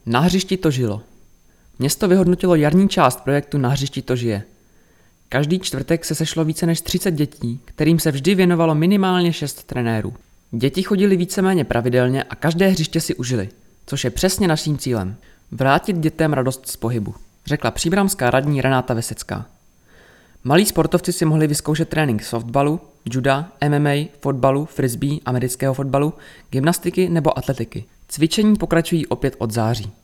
Na hřišti to žilo. Město vyhodnotilo jarní část projektu Na hřišti to žije. Každý čtvrtek se sešlo více než 30 dětí, kterým se vždy věnovalo minimálně 6 trenérů. Děti chodili víceméně pravidelně a každé hřiště si užili, což je přesně naším cílem. Vrátit dětem radost z pohybu, řekla příbramská radní Renáta Vesecká. Malí sportovci si mohli vyzkoušet trénink softbalu, juda, MMA, fotbalu, frisbee, amerického fotbalu, gymnastiky nebo atletiky. Cvičení pokračují opět od září.